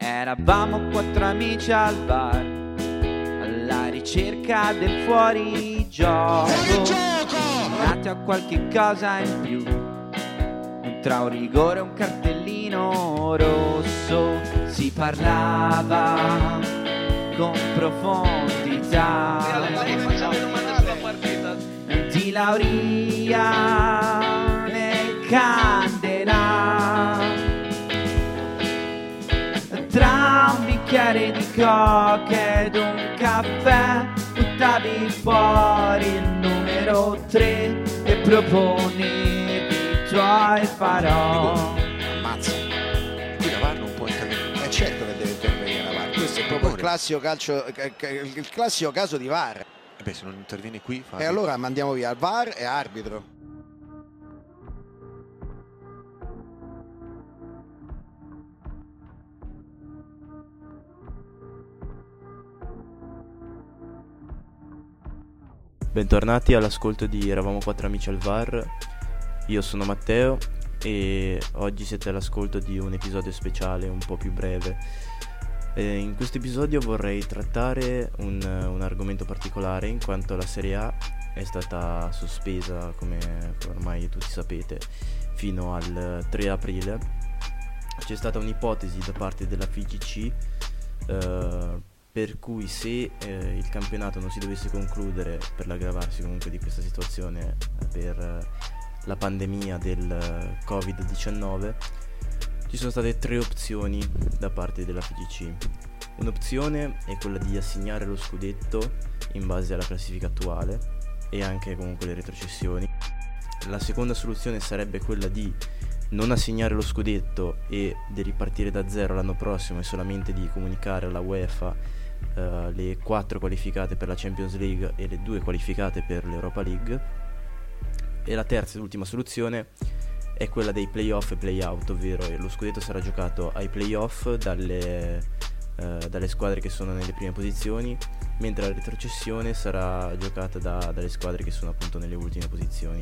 Eravamo 4 amici al bar, alla ricerca del fuorigioco, nati a qualche cosa in più, tra un rigore e un cartellino rosso. Si parlava con profondità di Lauriane Candela, tra un bicchiere di coca ed un caffè buttavi fuori il numero 3 e proponevi i tuoi farò. Ammazza, qui la VAR non può intervenire. È certo che deve intervenire la VAR. Questo è proprio il classico calcio, il classico caso di VAR. Beh, se non interviene qui E allora mandiamo via il VAR e arbitro. Bentornati all'ascolto di Eravamo 4 amici al VAR. Io sono Matteo e oggi siete all'ascolto di un episodio speciale un po' più breve. In questo episodio vorrei trattare un argomento particolare, in quanto la Serie A è stata sospesa, come ormai tutti sapete, fino al 3 aprile. C'è stata un'ipotesi da parte della FIGC per cui se il campionato non si dovesse concludere per l'aggravarsi comunque di questa situazione per la pandemia del Covid-19, ci sono state 3 opzioni da parte della FIGC. Un'opzione è quella di assegnare lo scudetto in base alla classifica attuale e anche comunque le retrocessioni. La seconda soluzione sarebbe quella di non assegnare lo scudetto e di ripartire da zero l'anno prossimo e solamente di comunicare alla UEFA le 4 qualificate per la Champions League e le 2 qualificate per l'Europa League. E la terza ed ultima soluzione è quella dei play-off e play-out, ovvero lo scudetto sarà giocato ai play-off dalle squadre che sono nelle prime posizioni, mentre la retrocessione sarà giocata dalle squadre che sono appunto nelle ultime posizioni.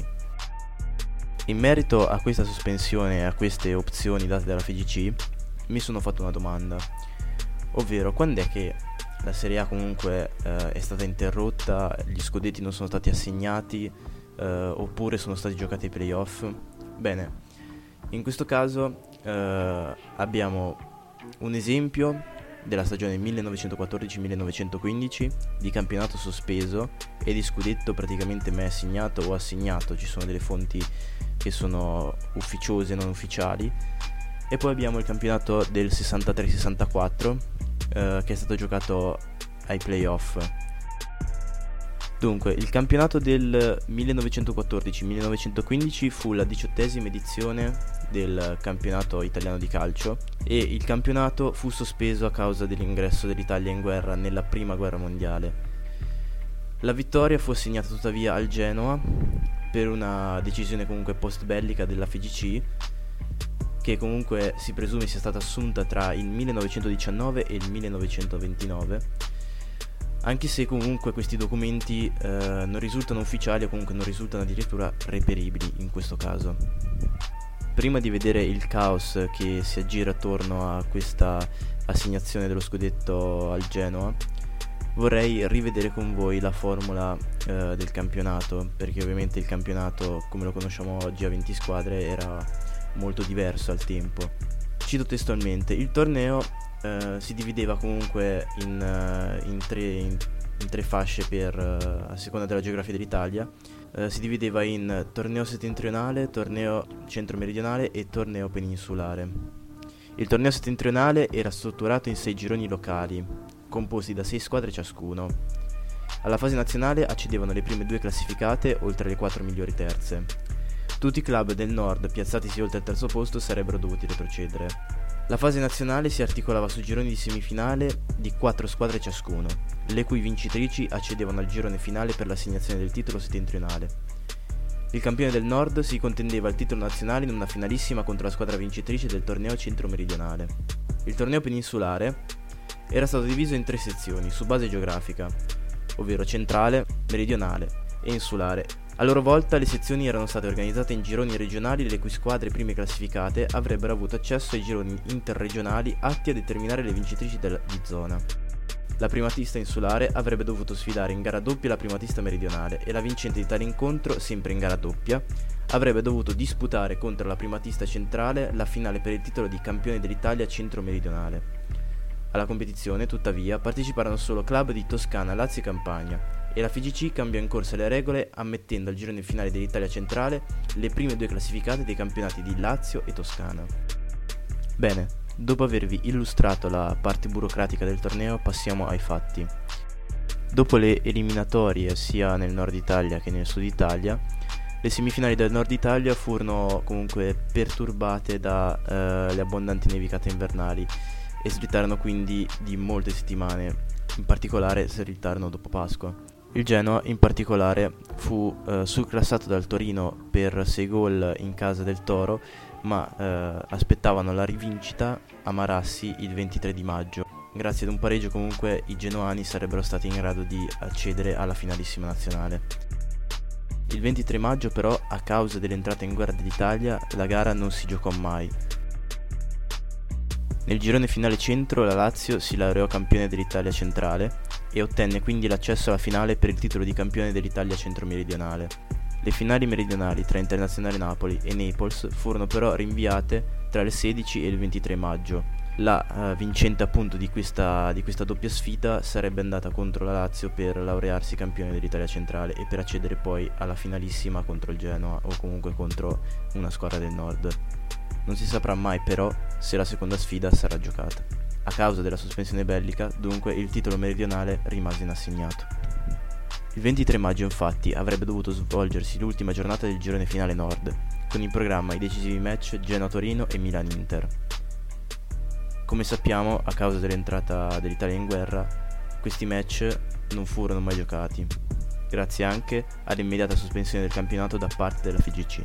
In merito a questa sospensione e a queste opzioni date dalla FIGC, mi sono fatto una domanda, ovvero quando è che la Serie A comunque è stata interrotta, gli scudetti non sono stati assegnati oppure sono stati giocati ai play-off? Bene, in questo caso abbiamo un esempio della stagione 1914-1915 di campionato sospeso e di scudetto praticamente mai assegnato o assegnato. Ci sono delle fonti che sono ufficiose e non ufficiali. E poi abbiamo il campionato del 63-64 che è stato giocato ai play-off. Dunque, il campionato del 1914-1915 fu la 18ª edizione del campionato italiano di calcio e il campionato fu sospeso a causa dell'ingresso dell'Italia in guerra nella prima guerra mondiale. La vittoria fu assegnata tuttavia al Genoa per una decisione comunque post-bellica della FIGC, che comunque si presume sia stata assunta tra il 1919 e il 1929, anche se comunque questi documenti non risultano ufficiali o comunque non risultano addirittura reperibili in questo caso. Prima di vedere il caos che si aggira attorno a questa assegnazione dello scudetto al Genoa, vorrei rivedere con voi la formula del campionato, perché ovviamente il campionato come lo conosciamo oggi a 20 squadre era molto diverso al tempo. Cito testualmente: il torneo si divideva comunque in tre fasce a seconda della geografia dell'Italia. Si divideva in torneo settentrionale, torneo centro-meridionale e torneo peninsulare. Il torneo settentrionale era strutturato in 6 gironi locali, composti da 6 squadre ciascuno. Alla fase nazionale accedevano le prime 2 classificate, oltre alle 4 migliori terze. Tutti i club del nord piazzatisi oltre il terzo posto sarebbero dovuti retrocedere. La fase nazionale si articolava su gironi di semifinale di 4 squadre ciascuno, le cui vincitrici accedevano al girone finale per l'assegnazione del titolo settentrionale. Il campione del nord si contendeva il titolo nazionale in una finalissima contro la squadra vincitrice del torneo centro-meridionale. Il torneo peninsulare era stato diviso in 3 sezioni su base geografica, ovvero centrale, meridionale e insulare, A loro volta le sezioni erano state organizzate in gironi regionali, le cui squadre prime classificate avrebbero avuto accesso ai gironi interregionali atti a determinare le vincitrici di zona. La primatista insulare avrebbe dovuto sfidare in gara doppia la primatista meridionale e la vincente di tale incontro, sempre in gara doppia, avrebbe dovuto disputare contro la primatista centrale la finale per il titolo di campione dell'Italia centro-meridionale. Alla competizione, tuttavia, parteciparono solo club di Toscana, Lazio e Campania, e la FIGC cambiò in corsa le regole ammettendo al girone finale dell'Italia centrale le prime 2 classificate dei campionati di Lazio e Toscana. Bene, dopo avervi illustrato la parte burocratica del torneo, passiamo ai fatti. Dopo le eliminatorie sia nel nord Italia che nel sud Italia, le semifinali del nord Italia furono comunque perturbate dalle abbondanti nevicate invernali e slittarono quindi di molte settimane, in particolare slittarono dopo Pasqua. Il Genoa in particolare fu surclassato dal Torino per 6 gol in casa del Toro, ma aspettavano la rivincita a Marassi il 23 di maggio. Grazie ad un pareggio comunque i genoani sarebbero stati in grado di accedere alla finalissima nazionale. Il 23 maggio però, a causa dell'entrata in guerra dell'Italia, la gara non si giocò mai. Nel girone finale centro la Lazio si laureò campione dell'Italia centrale e ottenne quindi l'accesso alla finale per il titolo di campione dell'Italia centro-meridionale. Le finali meridionali tra Internazionale Napoli e Naples furono però rinviate tra il 16 e il 23 maggio. La vincente appunto di questa doppia sfida sarebbe andata contro la Lazio per laurearsi campione dell'Italia centrale e per accedere poi alla finalissima contro il Genoa o comunque contro una squadra del nord. Non si saprà mai però se la seconda sfida sarà giocata. A causa della sospensione bellica, dunque, il titolo meridionale rimase inassegnato. Il 23 maggio infatti avrebbe dovuto svolgersi l'ultima giornata del girone finale nord, con in programma i decisivi match Genoa-Torino e Milan-Inter. Come sappiamo, a causa dell'entrata dell'Italia in guerra, questi match non furono mai giocati, grazie anche all'immediata sospensione del campionato da parte della FIGC.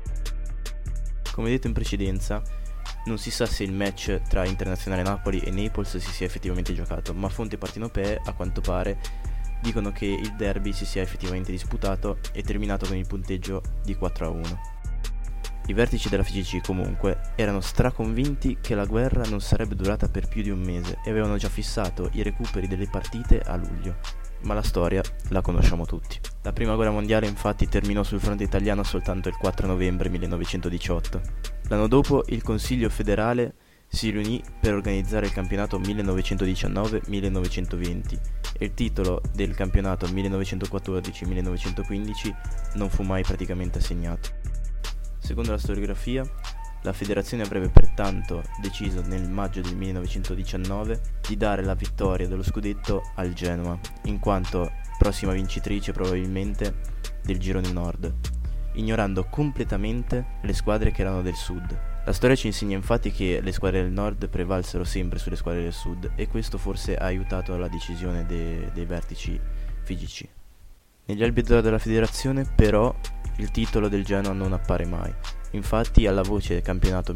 Come detto in precedenza, non si sa se il match tra Internazionale Napoli e Naples si sia effettivamente giocato, ma fonti partenopee, a quanto pare, dicono che il derby si sia effettivamente disputato e terminato con il punteggio di 4-1. I vertici della FIGC comunque erano straconvinti che la guerra non sarebbe durata per più di un mese e avevano già fissato i recuperi delle partite a luglio. Ma la storia la conosciamo tutti. La prima guerra mondiale infatti terminò sul fronte italiano soltanto il 4 novembre 1918. L'anno dopo il Consiglio federale si riunì per organizzare il campionato 1919-1920 e il titolo del campionato 1914-1915 non fu mai praticamente assegnato. Secondo la storiografia, la federazione avrebbe pertanto deciso nel maggio del 1919 di dare la vittoria dello scudetto al Genoa, in quanto prossima vincitrice probabilmente del girone nord, ignorando completamente le squadre che erano del sud. La storia ci insegna infatti che le squadre del nord prevalsero sempre sulle squadre del sud e questo forse ha aiutato la decisione dei vertici FIGC. Negli albi d'oro della federazione però il titolo del Genoa non appare mai. Infatti alla voce del campionato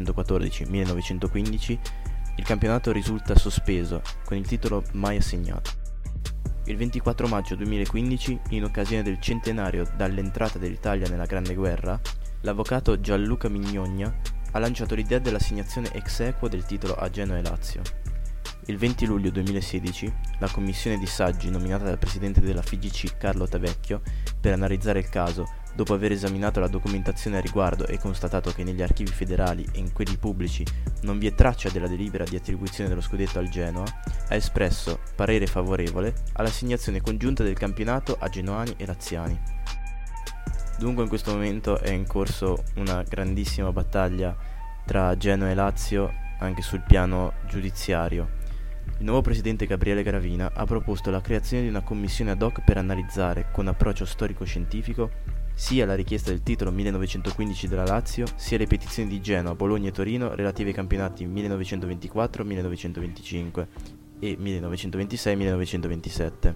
1914-1915 il campionato risulta sospeso, con il titolo mai assegnato. Il 24 maggio 2015, in occasione del centenario dall'entrata dell'Italia nella Grande Guerra, l'avvocato Gianluca Mignogna ha lanciato l'idea dell'assegnazione ex aequo del titolo a Genoa e Lazio. Il 20 luglio 2016, la commissione di saggi nominata dal presidente della FIGC Carlo Tavecchio per analizzare il caso, dopo aver esaminato la documentazione a riguardo e constatato che negli archivi federali e in quelli pubblici non vi è traccia della delibera di attribuzione dello scudetto al Genoa, ha espresso parere favorevole all'assegnazione congiunta del campionato a genoani e laziani. Dunque in questo momento è in corso una grandissima battaglia tra Genoa e Lazio anche sul piano giudiziario. Il nuovo presidente Gabriele Gravina ha proposto la creazione di una commissione ad hoc per analizzare con approccio storico-scientifico sia la richiesta del titolo 1915 della Lazio, sia le petizioni di Genoa, Bologna e Torino relative ai campionati 1924, 1925 e 1926-1927.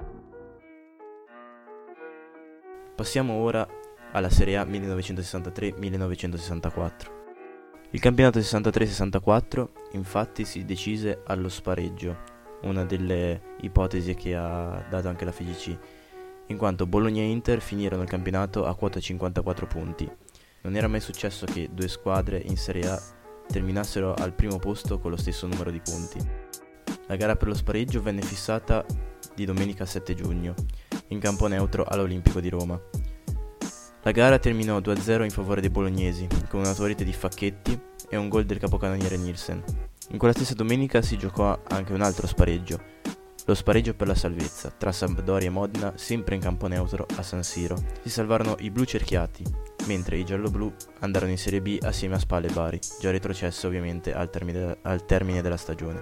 Passiamo ora alla Serie A 1963-1964. Il campionato 63-64 infatti si decise allo spareggio, una delle ipotesi che ha dato anche la FIGC. in quanto Bologna e Inter finirono il campionato a quota 54 punti. Non era mai successo che due squadre in Serie A terminassero al primo posto con lo stesso numero di punti. La gara per lo spareggio venne fissata di domenica 7 giugno, in campo neutro all'Olimpico di Roma. La gara terminò 2-0 in favore dei bolognesi, con una autorete di Facchetti e un gol del capocannoniere Nielsen. In quella stessa domenica si giocò anche un altro spareggio, lo spareggio per la salvezza, tra Sampdoria e Modena, sempre in campo neutro a San Siro. Si salvarono i blu cerchiati, mentre i gialloblu andarono in Serie B assieme a Spal e Bari, già retrocesse ovviamente al termine della stagione.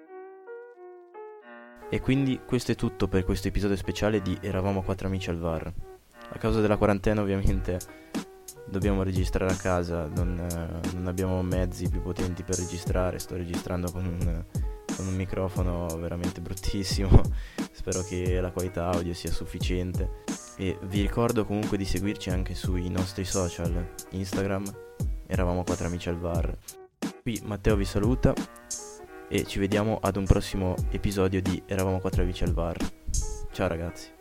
E quindi questo è tutto per questo episodio speciale di Eravamo quattro amici al VAR. A causa della quarantena ovviamente dobbiamo registrare a casa, non abbiamo mezzi più potenti per registrare, sto registrando con un microfono veramente bruttissimo, spero che la qualità audio sia sufficiente e vi ricordo comunque di seguirci anche sui nostri social, Instagram, Eravamo quattro amici al VAR. Qui Matteo vi saluta e ci vediamo ad un prossimo episodio di Eravamo quattro amici al VAR. Ciao ragazzi.